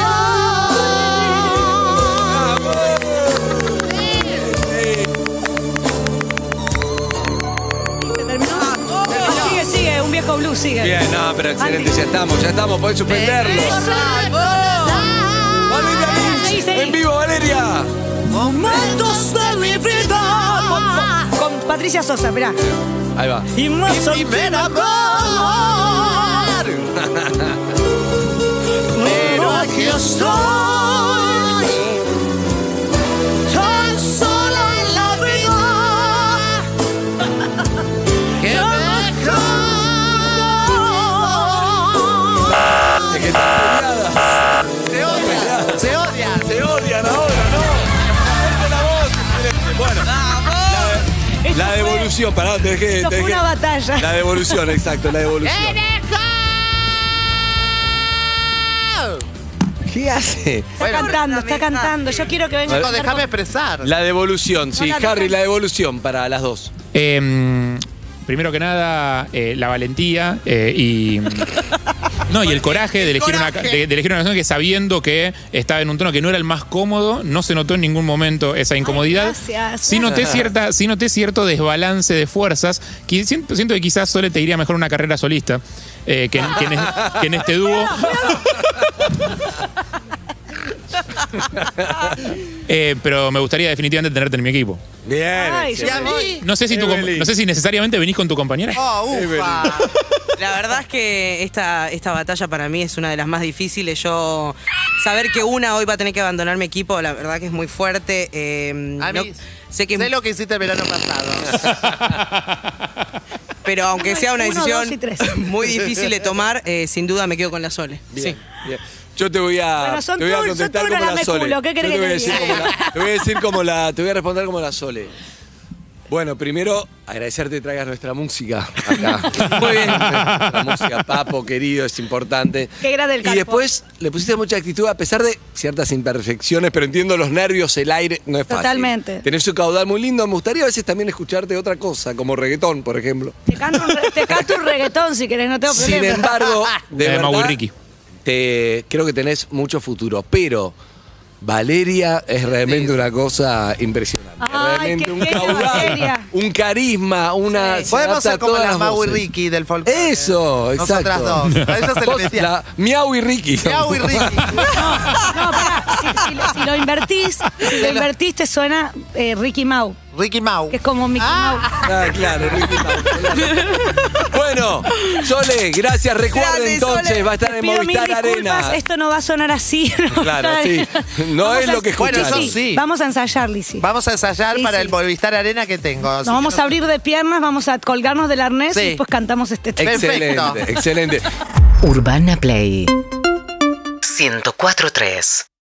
¿Se terminó? Sigue, sigue, un viejo blues, sigue. Bien, no, pero excelente, ya estamos, podés suspenderlo. Valeria Seguí, Lynch, seguí. en vivo, Valeria. Momentos de mi vida. Con Patricia Sosa, esperá. Ahí va. Y me sentí amor. Pero aquí estoy, tan sola en la vida. que Es que están peleadas. se odian. Se odian ahora, ¿no? Fuerte la voz, excelente. Bueno, la devolución, pará, te dejé. Esto fue una batalla. La devolución, exacto, la devolución. ¿Qué hace? Está cantando. Yo quiero que venga a Chicos, cantar déjame con- expresar. La devolución, sí. No, Harry, la devolución para las dos. Primero que nada, la valentía y. No, y el coraje de elegir, de elegir una canción que sabiendo que estaba en un tono que no era el más cómodo, no se notó en ningún momento esa incomodidad. gracias. Sí noté cierto desbalance de fuerzas. Siento que quizás Sole te iría mejor una carrera solista que en este dúo. Pero me gustaría definitivamente tenerte en mi equipo. Bien. Ay, ¿Y a mí? No sé si necesariamente venís con tu compañera. Oh, ufa. La verdad es que esta batalla para mí es una de las más difíciles. Yo saber que una hoy va a tener que abandonar mi equipo, la verdad que es muy fuerte. A mí, sé lo que hiciste el verano pasado. Pero aunque sea una 1, decisión 2 y 3. muy difícil de tomar, sin duda me quedo con la Sole. Bien, Sí. bien. Yo te voy a, Bueno, son te voy a todos- contestar son todos como la Sole. lameculo, ¿qué querés Yo te voy a que te decir diga? como la- te voy a decir como la, te voy a responder como la Sole. Bueno, primero, agradecerte que traigas nuestra música acá. Muy bien. La música, Papo, querido, es importante. Qué grande el Y Carpo. después le pusiste mucha actitud, a pesar de ciertas imperfecciones, pero entiendo los nervios, el aire, no es fácil. Totalmente. Tenés un caudal muy lindo. Me gustaría a veces también escucharte otra cosa, como reggaetón, por ejemplo. Te canto un reggaetón si querés, no tengo Sin problema. embargo, de La de Mau y verdad, Ricky. creo que tenés mucho futuro, pero Valeria es realmente una cosa impresionante. Ay, realmente qué un genia, caudal, Valeria. un carisma, una. Sí. se Podemos adapta a ser como todas las Mau y voces. Ricky del folclore. Eso, exacto. Nosotras dos. A ella se le Vos, metía. la Miau y Ricky. Miau y Ricky. No, pará, si lo invertís te suena Ricky Mau, Ricky Mau. que es como Mickey Mau. Ah, claro, Ricky Mau. Bueno, Sole, gracias. Recuerden Grande, entonces, Sole. va a estar Te en pido mil Movistar disculpas, Arena. esto no va a sonar así. Claro, sí. No Vamos es a- lo que Bueno, escucharon. eso sí. Vamos a ensayar, Lizzy. Vamos a ensayar Sí, para sí. el Movistar Arena que tengo. Nos vamos a abrir de piernas, vamos a colgarnos del arnés Sí. y después cantamos este tema. Perfecto. Excelente, excelente. Urbana Play 104.3